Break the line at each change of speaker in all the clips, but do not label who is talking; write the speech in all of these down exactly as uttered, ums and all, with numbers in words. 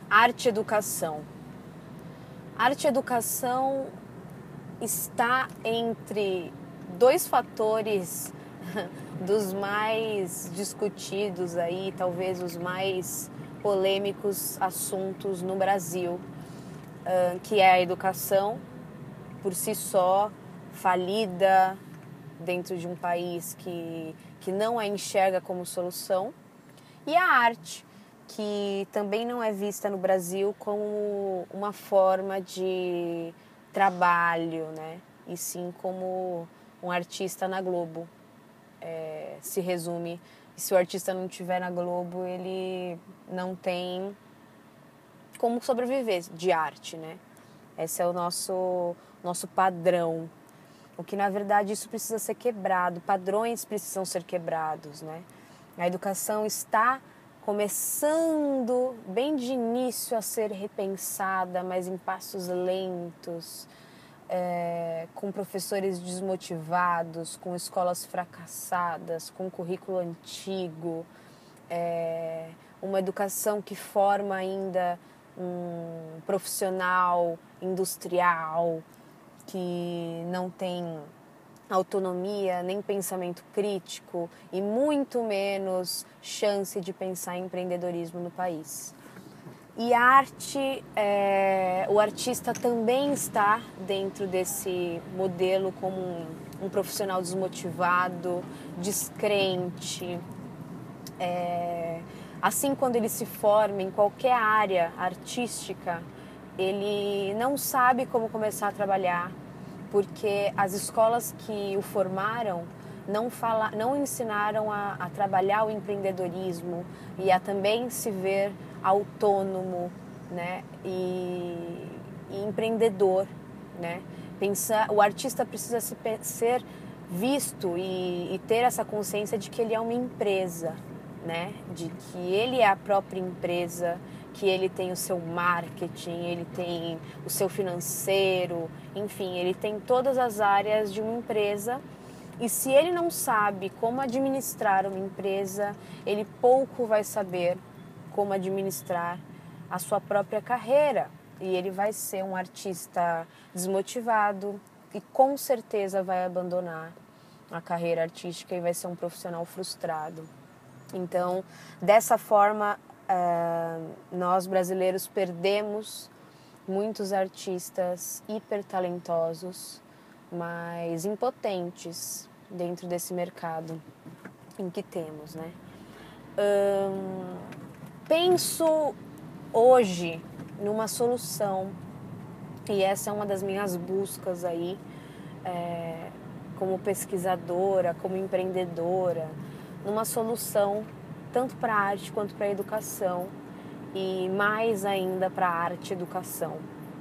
Arte e educação. Arte e educação está entre dois fatores dos mais discutidos aí, talvez os mais polêmicos assuntos no Brasil, que é a educação por si só, falida dentro de um país que, que não a enxerga como solução, e a arte, que também não é vista no Brasil como uma forma de trabalho, né? E sim como um artista na Globo. É, se resume, se o artista não estiver na Globo, ele não tem como sobreviver de arte, né? Esse é o nosso, nosso padrão. O que, na verdade, isso precisa ser quebrado. Padrões precisam ser quebrados, né? A educação está começando, bem de início, a ser repensada, mas em passos lentos, é, com professores desmotivados, com escolas fracassadas, com currículo antigo, é, uma educação que forma ainda um profissional industrial que não tem autonomia, nem pensamento crítico e muito menos chance de pensar em empreendedorismo no país. E a arte, é, o artista também está dentro desse modelo como um, um profissional desmotivado, descrente. É, assim, quando ele se forma em qualquer área artística, ele não sabe como começar a trabalhar, porque as escolas que o formaram não, fala, não ensinaram a, a trabalhar o empreendedorismo e a também se ver autônomo, né? e, e empreendedor. Né? Pensar, o artista precisa se, ser visto e, e ter essa consciência de que ele é uma empresa, né? De que ele é a própria empresa, que ele tem o seu marketing, ele tem o seu financeiro, enfim, ele tem todas as áreas de uma empresa. E se ele não sabe como administrar uma empresa, ele pouco vai saber como administrar a sua própria carreira. E ele vai ser um artista desmotivado e com certeza vai abandonar a carreira artística e vai ser um profissional frustrado. Então, dessa forma, nós brasileiros perdemos muitos artistas hiper talentosos, mas impotentes dentro desse mercado em que temos, né? Hum, penso hoje numa solução, e essa é uma das minhas buscas aí, é, como pesquisadora, como empreendedora, numa solução tanto para a arte quanto para a educação, e mais ainda para a arte e educação.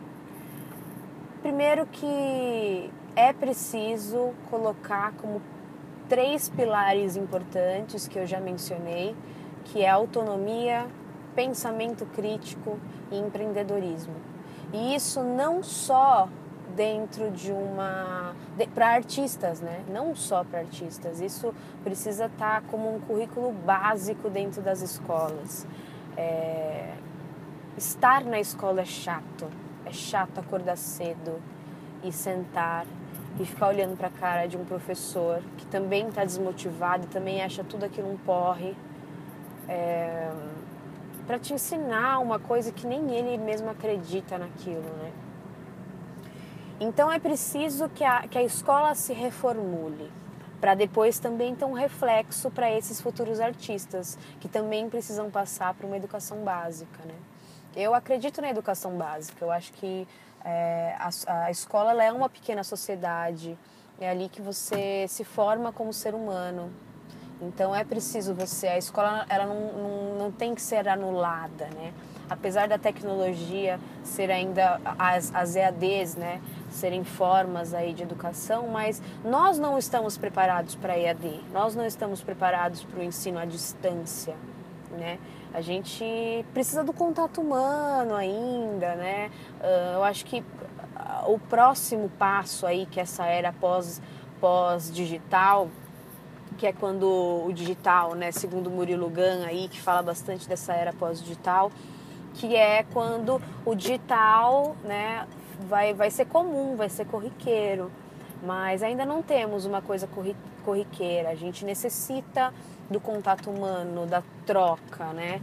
Primeiro que é preciso colocar como três pilares importantes que eu já mencionei, que é autonomia, pensamento crítico e empreendedorismo. E isso não só dentro de uma... De, para artistas, né? Não só para artistas. Isso precisa estar como um currículo básico dentro das escolas. É, estar na escola é chato. É chato acordar cedo e sentar e ficar olhando para a cara de um professor que também está desmotivado e também acha tudo aquilo um porre. É, para te ensinar uma coisa que nem ele mesmo acredita naquilo, né? Então é preciso que a, que a escola se reformule, para depois também ter um reflexo para esses futuros artistas, que também precisam passar por uma educação básica, né? Eu acredito na educação básica, eu acho que é, a, a escola ela é uma pequena sociedade, é ali que você se forma como ser humano. Então é preciso você, a escola ela não, não, não tem que ser anulada, né? Apesar da tecnologia ser ainda, as, as E A Ds, né, serem formas aí de educação, mas nós não estamos preparados para a E A D, nós não estamos preparados para o ensino à distância, né? A gente precisa do contato humano ainda, né? Uh, eu acho que o próximo passo aí, que essa era pós, pós-digital, que é quando o digital, né, segundo Murilo Gun aí, que fala bastante dessa era pós-digital, que é quando o digital, né, vai, vai ser comum, vai ser corriqueiro. Mas ainda não temos uma coisa corriqueira. A gente necessita do contato humano, da troca, né?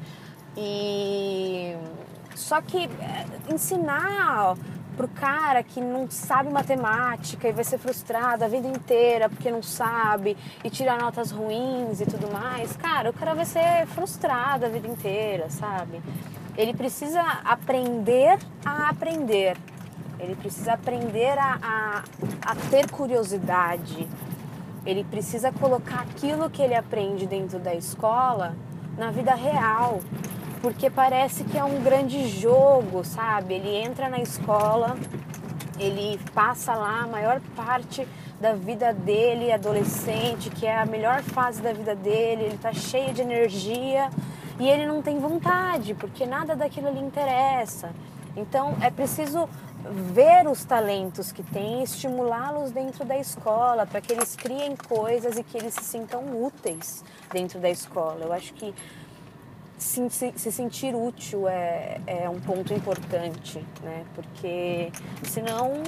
E só que ensinar pro cara que não sabe matemática e vai ser frustrado a vida inteira porque não sabe e tirar notas ruins e tudo mais, cara, o cara vai ser frustrado a vida inteira, sabe? Ele precisa aprender a aprender. Ele precisa aprender a, a, a ter curiosidade. Ele precisa colocar aquilo que ele aprende dentro da escola na vida real. Porque parece que é um grande jogo, sabe? Ele entra na escola, ele passa lá a maior parte da vida dele, adolescente, que é a melhor fase da vida dele, ele tá cheio de energia e ele não tem vontade, porque nada daquilo lhe interessa. Então é preciso ver os talentos que tem e estimulá-los dentro da escola, para que eles criem coisas e que eles se sintam úteis dentro da escola. Eu acho que Se, se, se sentir útil é, é um ponto importante, né? Porque senão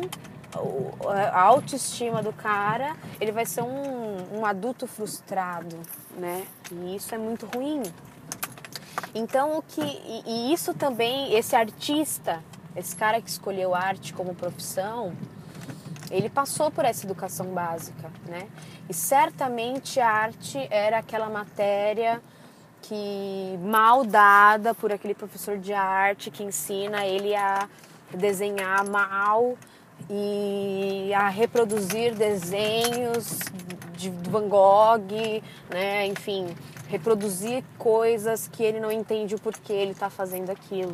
a autoestima do cara, ele vai ser um, um adulto frustrado, né? E isso é muito ruim. Então o que e, e isso também, esse artista, esse cara que escolheu arte como profissão, ele passou por essa educação básica, né? E certamente a arte era aquela matéria que mal dada por aquele professor de arte que ensina ele a desenhar mal e a reproduzir desenhos de Van Gogh, né? Enfim, reproduzir coisas que ele não entende o porquê ele está fazendo aquilo.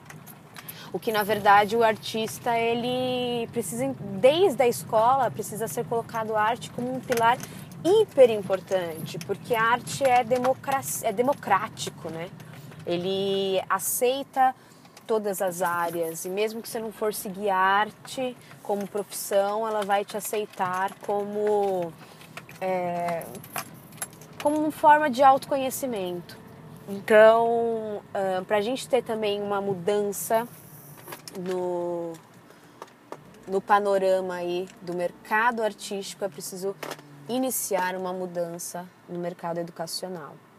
O que, na verdade, o artista, ele precisa, desde a escola, precisa ser colocado a arte como um pilar hiper importante, porque a arte é, democracia, é democrático, né? Ele aceita todas as áreas e mesmo que você não for seguir a arte como profissão, ela vai te aceitar como, é, como uma forma de autoconhecimento. Então, uh, para a gente ter também uma mudança no, no panorama aí do mercado artístico, é preciso iniciar uma mudança no mercado educacional.